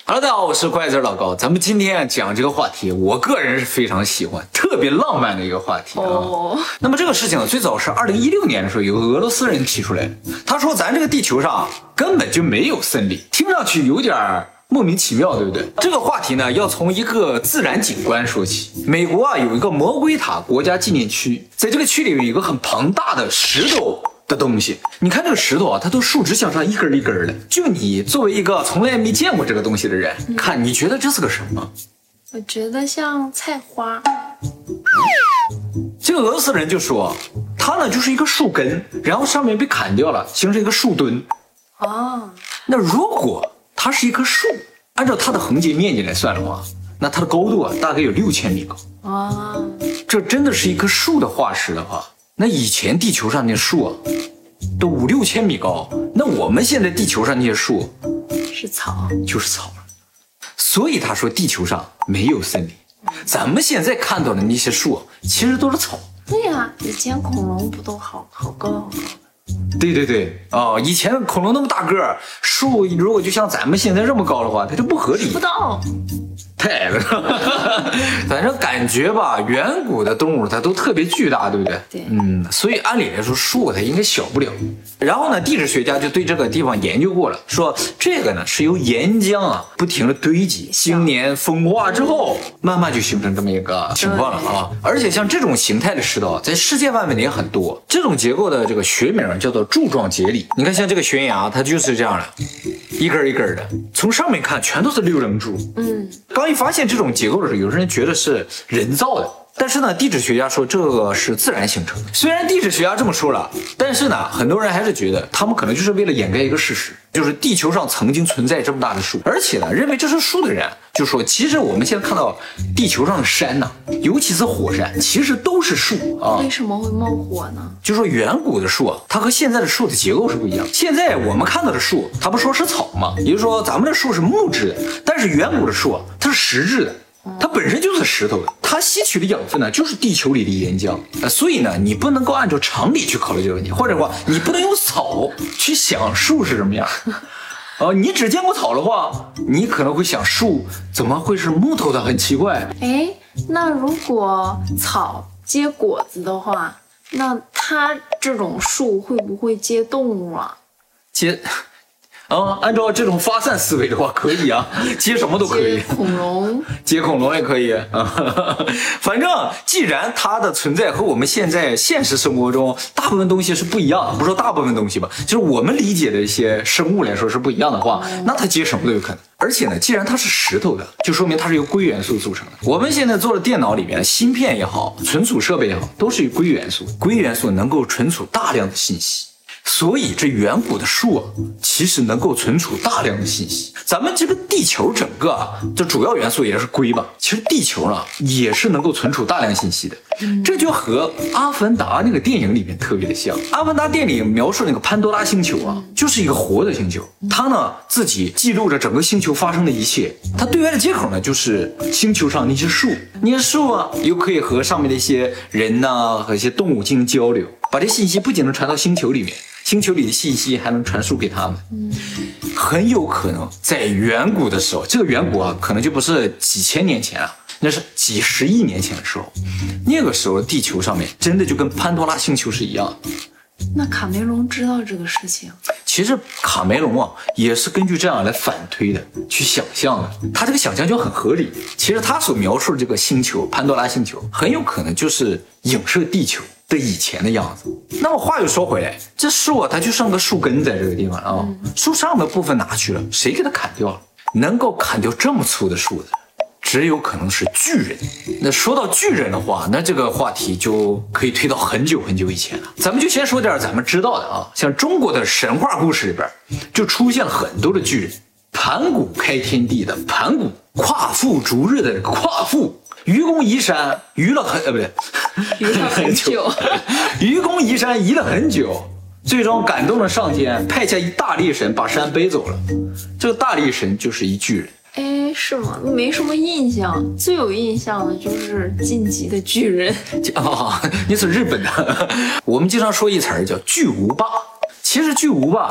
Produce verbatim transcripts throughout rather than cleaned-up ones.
Hello， 大家好，我是怪字老高。咱们今天讲这个话题，我个人是非常喜欢，特别浪漫的一个话题啊。Oh. 那么这个事情最早是二零一六年的时候，有个俄罗斯人提出来的。他说咱这个地球上根本就没有森林，听上去有点莫名其妙，对不对？这个话题呢，要从一个自然景观说起。美国啊有一个魔鬼塔国家纪念区，在这个区里有一个很庞大的石头的东西，你看这个石头啊，它都竖直向上一根一根的。就你作为一个从来没见过这个东西的人，嗯、看你觉得这是个什么？ 我觉得像菜花。 这个俄罗斯人就说，它呢就是一个树根，然后上面被砍掉了，形成一个树墩。 哦， 那如果它是一棵树，按照它的横截面积来算的话，那它的高度啊大概有六千米高。 哦， 这真的是一棵树的化石的话。那以前地球上那树啊，都五六千米高，那我们现在地球上那些树是草， 就是草了。所以他说地球上没有森林，咱们现在看到的那些树其实都是草。 对呀、啊，以前恐龙不都好好高好高的？ 对对对哦，以前恐龙那么大个，树如果就像咱们现在这么高的话，它就不合理。 不到。 太矮了，反正感觉吧，远古的动物它都特别巨大，对不对？ 对， 嗯，所以按理来说树它应该小不了。然后呢，地质学家就对这个地方研究过了，说这个呢是由岩浆啊不停的堆积，经年风化之后，慢慢就形成这么一个情况了啊。而且像这种形态的石头，在世界范围内很多。这种结构的这个学名叫做柱状节理。你看，像这个悬崖，它就是这样的，一根一根的，从上面看全都是六棱柱。 嗯。 刚一发现这种结构的时候，有人觉得是人造的，但是呢，地质学家说这个是自然形成的。虽然地质学家这么说了，但是呢，很多人还是觉得他们可能就是为了掩盖一个事实，就是地球上曾经存在这么大的树，而且呢，认为这是树的人就说，其实我们现在看到地球上的山呢，尤其是火山，其实都是树啊。 为什么会冒火呢？ 就说远古的树啊，它和现在的树的结构是不一样。现在我们看到的树，它不说是草吗？也就是说，咱们的树是木质的，但是远古的树啊，它是石质的。它本身就是石头的，它吸取的养分呢就是地球里的岩浆，呃，所以呢你不能够按照常理去考虑这个问题，或者说你不能用草去想树是什么样。呃，你只见过草的话，你可能会想树怎么会是木头的，很奇怪。 哎，那如果草结果子的话，那它这种树会不会结动物啊？ 结。啊、嗯，按照这种发散思维的话，可以啊，接什么都可以。 接恐龙， 接恐龙也可以啊。反正既然它的存在和我们现在现实生活中大部分东西是不一样的，不说大部分东西吧，就是我们理解的一些生物来说是不一样的话，那它接什么都有可能。而且呢，既然它是石头的，就说明它是由硅元素组成的。我们现在做的电脑里面，芯片也好，存储设备也好，都是由硅元素。硅元素能够存储大量的信息。所以这远古的树啊，其实能够存储大量的信息。咱们这个地球整个啊，这主要元素也是硅吧。其实地球呢也是能够存储大量信息的。这就和阿凡达那个电影里面特别的像。阿凡达电影描述那个潘多拉星球啊，就是一个活的星球，它呢自己记录着整个星球发生的一切。它对外的接口呢就是星球上那些树，那些树啊又可以和上面的一些人呐、啊、和一些动物进行交流，把这信息不仅能传到星球里面。星球里的信息还能传输给他们，嗯，很有可能在远古的时候，这个远古啊，可能就不是几千年前啊，那是几十亿年前的时候，那个时候地球上面真的就跟潘多拉星球是一样的。 那卡梅隆知道这个事情？ 其实卡梅隆啊，也是根据这样来反推的，去想象的。他这个想象就很合理。其实他所描述的这个星球，潘多拉星球，很有可能就是影射地球的以前的样子。那么话又说回来，这树啊，它就剩个树根在这个地方啊，嗯、树上的部分哪去了？谁给它砍掉了？能够砍掉这么粗的树的，只有可能是巨人。那说到巨人的话，那这个话题就可以推到很久很久以前了。咱们就先说点咱们知道的啊，像中国的神话故事里边，就出现了很多的巨人。盘古开天地的盘古，夸父逐日的这个夸父，愚公移山移了很呃不对， 移了很久， 愚公移山移了很久，最终感动了上天，派下一大力神把山背走了。这个大力神就是一巨人。 哎，是吗？没什么印象，最有印象的就是晋级的巨人。 哦，你是日本的。我们经常说一词儿叫巨无霸，其实巨无霸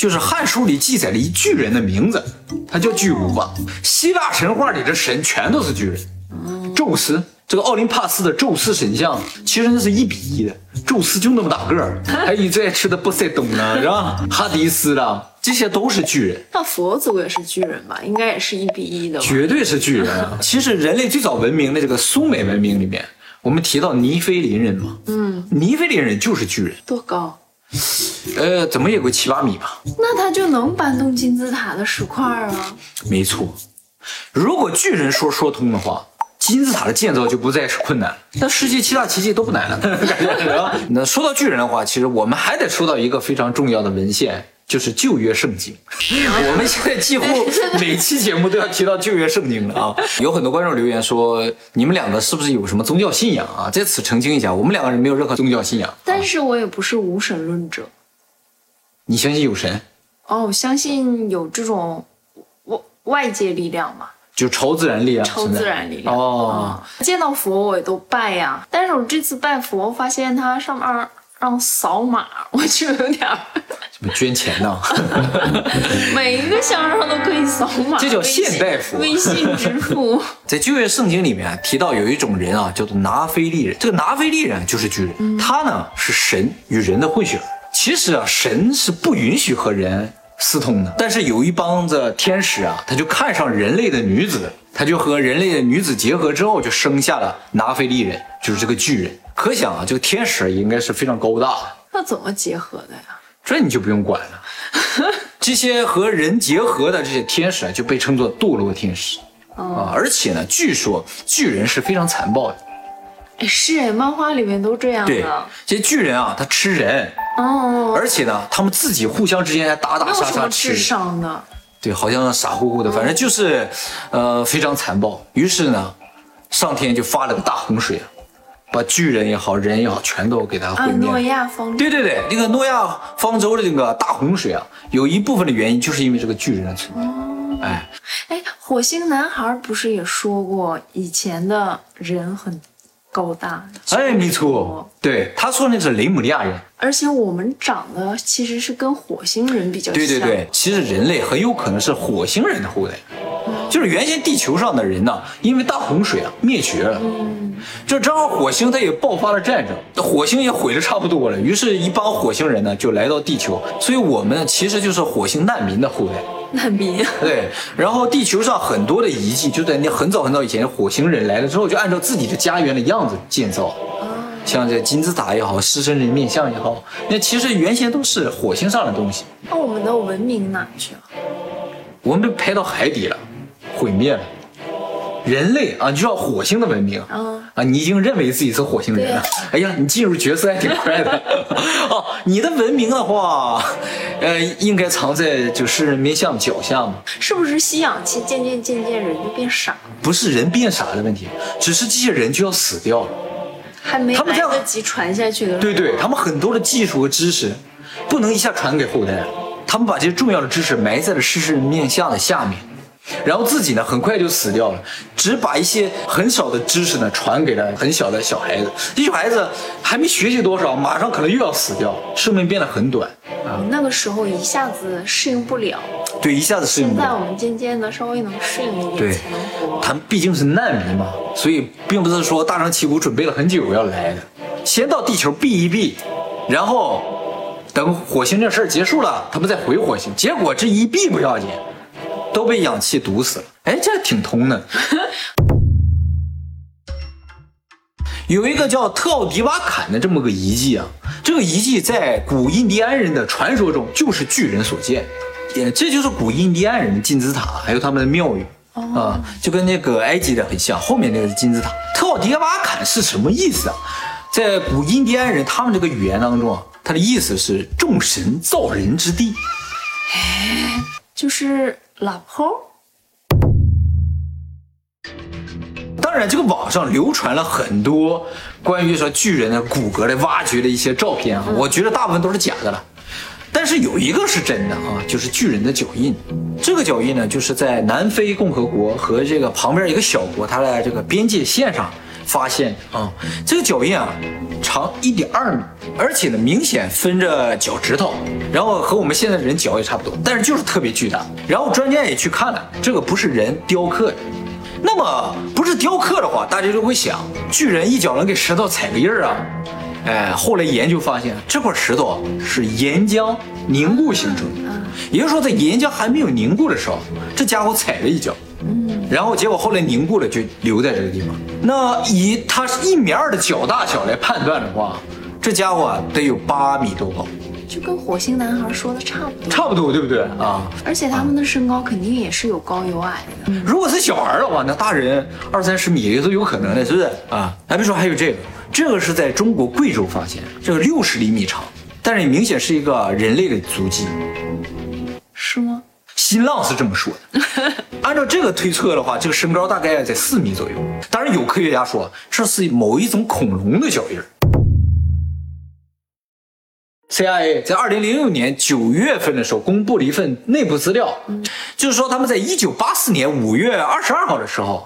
就是《汉书》里记载了一巨人的名字，他叫巨无霸。希腊神话里的神全都是巨人，宙斯。这个奥林帕斯的宙斯神像，其实那是一比一的，宙斯就那么大个儿，还有你最爱吃的波塞冬呢，是吧？哈迪斯啦，这些都是巨人。 那佛祖也是巨人吧？应该也是一比一的吧？ 绝对是巨人啊！其实人类最早文明的这个苏美文明里面，我们提到尼菲林人嘛，嗯，尼菲林人就是巨人。 多高？ 呃，怎么也有个七八米吧？ 那他就能搬动金字塔的石块啊？ 没错，如果巨人说说通的话，金字塔的建造就不再是困难，那世界七大奇迹都不难了，感觉是吧？那说到巨人的话，其实我们还得说到一个非常重要的文献，就是旧约圣经。我们现在几乎每期节目都要提到旧约圣经了啊！有很多观众留言说，你们两个是不是有什么宗教信仰啊？在此澄清一下，我们两个人没有任何宗教信仰。 但是我也不是无神论者。 你相信有神？ 哦，我相信有这种外外界力量嘛。 就超自然力量， 超自然力量哦、 嗯。见到佛我也都拜呀，但是我这次拜佛发现它上面让扫码，我就有点什么捐钱呢？ 每一个香上都可以扫码， 这叫现代佛， 微信支付。 在旧约圣经里面提到有一种人啊，叫做拿非利人。这个拿非利人就是巨人，嗯、他呢是神与人的混血。其实啊，神是不允许和人私通的，但是有一帮子天使啊，他就看上人类的女子，他就和人类的女子结合之后，就生下了拿非利人，就是这个巨人。可想啊，这个天使应该是非常高大的。 那怎么结合的呀？ 这你就不用管了。这些和人结合的这些天使啊，就被称作堕落天使、哦、啊。而且呢，据说巨人是非常残暴的。 哎，是哎，漫画里面都这样的。 对，这些巨人啊，他吃人。哦，而且呢，他们自己互相之间还打打杀杀吃。 智商的。对， 好像傻乎乎的，反正就是，呃，非常残暴。于是呢，上天就发了个大洪水，把巨人也好，人也好，全都给他毁灭。 啊，诺亚方舟。 对对对，那个诺亚方舟的这个大洪水啊，有一部分的原因就是因为这个巨人的存在。哦， 哎哎，火星男孩不是也说过，以前的人很高大？ 哎，没错，对，他说那是雷姆利亚人。 而且我们长得其实是跟火星人比较像。 对对对，其实人类很有可能是火星人的后代，嗯、就是原先地球上的人呢，因为大洪水啊灭绝了，嗯，这正好火星它也爆发了战争，火星也毁的差不多了，于是一帮火星人呢就来到地球，所以我们其实就是火星难民的后代。 难民。 对，然后地球上很多的遗迹就在那很早很早以前，火星人来了之后，就按照自己的家园的样子建造。像这金字塔也好，狮身人面像也好，那其实原先都是火星上的东西。 那我们的文明哪去了？ 我们被拍到海底了，毁灭了。人类啊，就要火星的文明、嗯、啊，你已经认为自己是火星人了。哎呀，你进入角色还挺快的。哦，你的文明的话，呃，应该藏在就狮人面像脚下嘛。 是不是吸氧气渐渐渐渐人就变傻了？ 不是人变傻的问题，只是这些人就要死掉了。 还没来得及传下去的。 对对，他们很多的技术和知识不能一下传给后代，他们把这些重要的知识埋在了狮身人面像的下面，然后自己呢很快就死掉了，只把一些很少的知识呢传给了很小的小孩子。这小孩子还没学习多少，马上可能又要死掉，寿命变得很短啊。 那个时候一下子适应不了。 对，一下子适应不了。 现在我们渐渐的稍微能适应一点才能活。 他们毕竟是难民嘛，所以并不是说大张旗鼓准备了很久要来的，先到地球避一避，然后等火星这事儿结束了，他们再回火星。结果这一避不要紧，都被氧气毒死了。哎，这挺通的。有一个叫特奥迪瓦坎的这么个遗迹啊，这个遗迹在古印第安人的传说中就是巨人所建，也这就是古印第安人的金字塔，还有他们的庙宇、哦、啊，就跟那个埃及的很像。后面那个是金字塔。特奥迪瓦坎是什么意思啊？在古印第安人他们这个语言当中啊，它的意思是众神造人之地。 哎，就是拉坡。 当然，这个网上流传了很多关于说巨人的骨骼的挖掘的一些照片啊，我觉得大部分都是假的了。但是有一个是真的啊，就是巨人的脚印。这个脚印呢，就是在南非共和国和这个旁边一个小国它的这个边界线上发现啊、嗯，这个脚印啊长一点二米，而且呢明显分着脚趾头，然后和我们现在人脚也差不多，但是就是特别巨大。然后专家也去看了，这个不是人雕刻的。那么不是雕刻的话，大家就会想，巨人一脚能给石头踩个印儿啊？哎，后来研究发现，这块石头是岩浆凝固形成的，也就是说，在岩浆还没有凝固的时候，这家伙踩了一脚，然后结果后来凝固了，就留在这个地方。那以它一米二的脚大小来判断的话，这家伙啊得有八米多高， 就跟火星男孩说的差不多， 差不多，对不对啊？ 而且他们的身高肯定也是有高有矮的。 如果是小孩的话，那大人二三十米也是有可能的，是不是啊？还别说，还有这个，这个是在中国贵州发现，这个六十厘米长，但是也明显是一个人类的足迹， 是吗？ 新浪是这么说的。按照这个推测的话，这个身高大概在四米左右。当然，有科学家说这是某一种恐龙的脚印。C I A 在二零零六年九月份的时候公布了一份内部资料，嗯、就是说他们在一九八四年五月二十二号的时候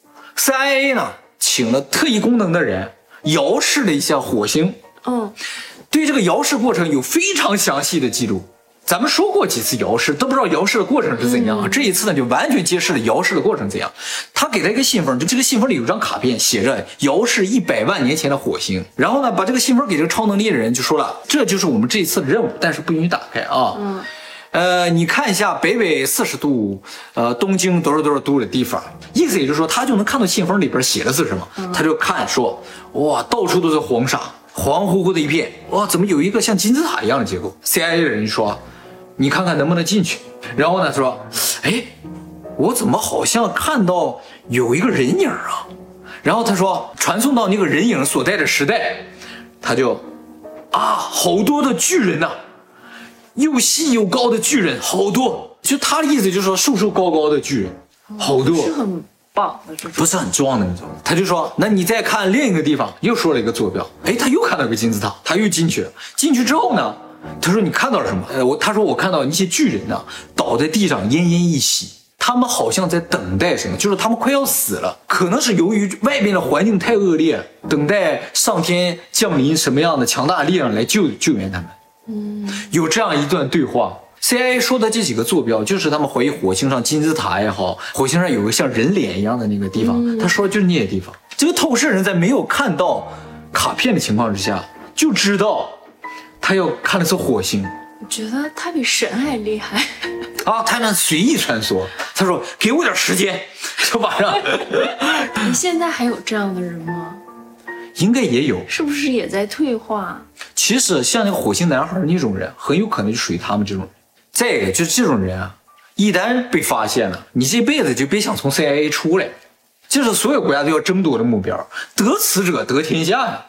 ，C I A 呢请了特异功能的人遥视了一下火星， 嗯， 对这个遥视过程有非常详细的记录。咱们说过几次遥视，都不知道遥视的过程是怎样啊？嗯、这一次呢，就完全揭示了遥视的过程怎样。他给他一个信封，就这个信封里有张卡片，写着遥视一百万年前的火星。然后呢，把这个信封给这个超能力的人，就说了，这就是我们这一次的任务，但是不允许打开啊。嗯。呃，你看一下北纬四十度，呃，东经多少多少度的地方，意思也就是说，他就能看到信封里边写的是什么，嗯、他就看说，哇，到处都是黄沙，黄乎乎的一片，哇，怎么有一个像金字塔一样的结构 ？C I A 的人就说，你看看能不能进去。然后呢，说，哎，我怎么好像看到有一个人影啊？然后他说，传送到那个人影所在的时代，他就，啊，好多的巨人呐、啊！又细又高的巨人好多，就他的意思就是说瘦瘦高高的巨人好多， 是很棒的， 不是很壮的那种。他就说，那你再看另一个地方，又说了一个坐标，哎，他又看到一个金字塔，他又进去了。进去之后呢，他说你看到了什么？呃，我他说我看到一些巨人呢倒在地上奄奄一息，他们好像在等待什么，就是他们快要死了，可能是由于外边的环境太恶劣，等待上天降临什么样的强大的力量来救救援他们。嗯，有这样一段对话 ，C I A 说的这几个坐标，就是他们怀疑火星上金字塔也好，火星上有个像人脸一样的那个地方，嗯、他说的就是那些地方。这个透视人在没有看到卡片的情况之下，就知道他要看的是火星。 我觉得他比神还厉害啊！他能随意穿梭。他说：“给我点时间，就马上。” 你现在还有这样的人吗？ 应该也有， 是不是也在退化？ 其实像那个火星男孩那种人，很有可能就属于他们这种人。再一个就是这种人啊，一旦被发现了，你这辈子就别想从 C I A 出来，这是所有国家都要争夺的目标，得此者得天下呀。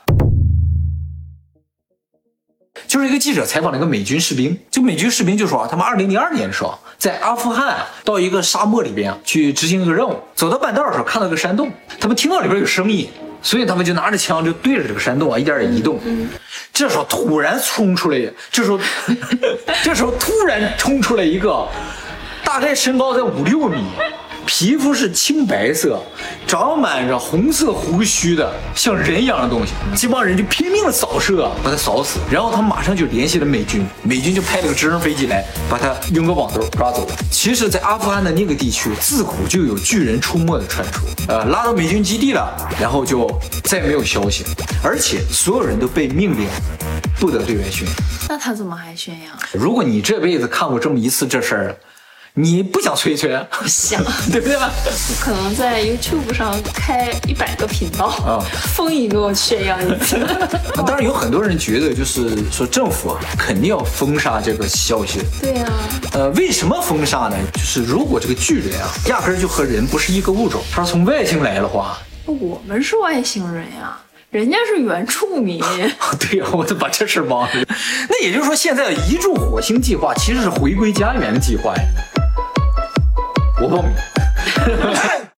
就是一个记者采访了一个美军士兵，这个美军士兵就说啊，他们二零零二年的时候，在阿富汗到一个沙漠里边啊去执行一个任务，走到半道的时候看到一个山洞，他们听到里边有声音。所以他们就拿着枪就对着这个山洞啊，一点点移动。嗯、这时候突然冲出来，这时候，这时候突然冲出来一个，大概身高在五六米，皮肤是青白色，长满着红色胡须的像人一样的东西。这帮人就拼命的扫射，把他扫死。然后他马上就联系了美军，美军就派了个直升飞机来，把他用个网兜抓走了。其实，在阿富汗的那个地区，自古就有巨人出没的传说。呃，拉到美军基地了，然后就再没有消息，而且所有人都被命令不得对外宣扬。 那他怎么还宣扬？ 如果你这辈子看过这么一次这事儿，你不想吹吹？ 不想， 对不对？ 可能在 YouTube 上开一百个频道啊，封一个宣扬一次。 当然有很多人觉得，就是说政府啊，肯定要封杀这个消息。 对呀、啊。 呃，为什么封杀呢？就是如果这个巨人啊，压根儿就和人不是一个物种，他是从外星来的话， 我们是外星人呀。人家是原住民。 对呀、啊，我都把这事忘了。那也就是说，现在移住火星计划其实是回归家园的计划呀。我报名。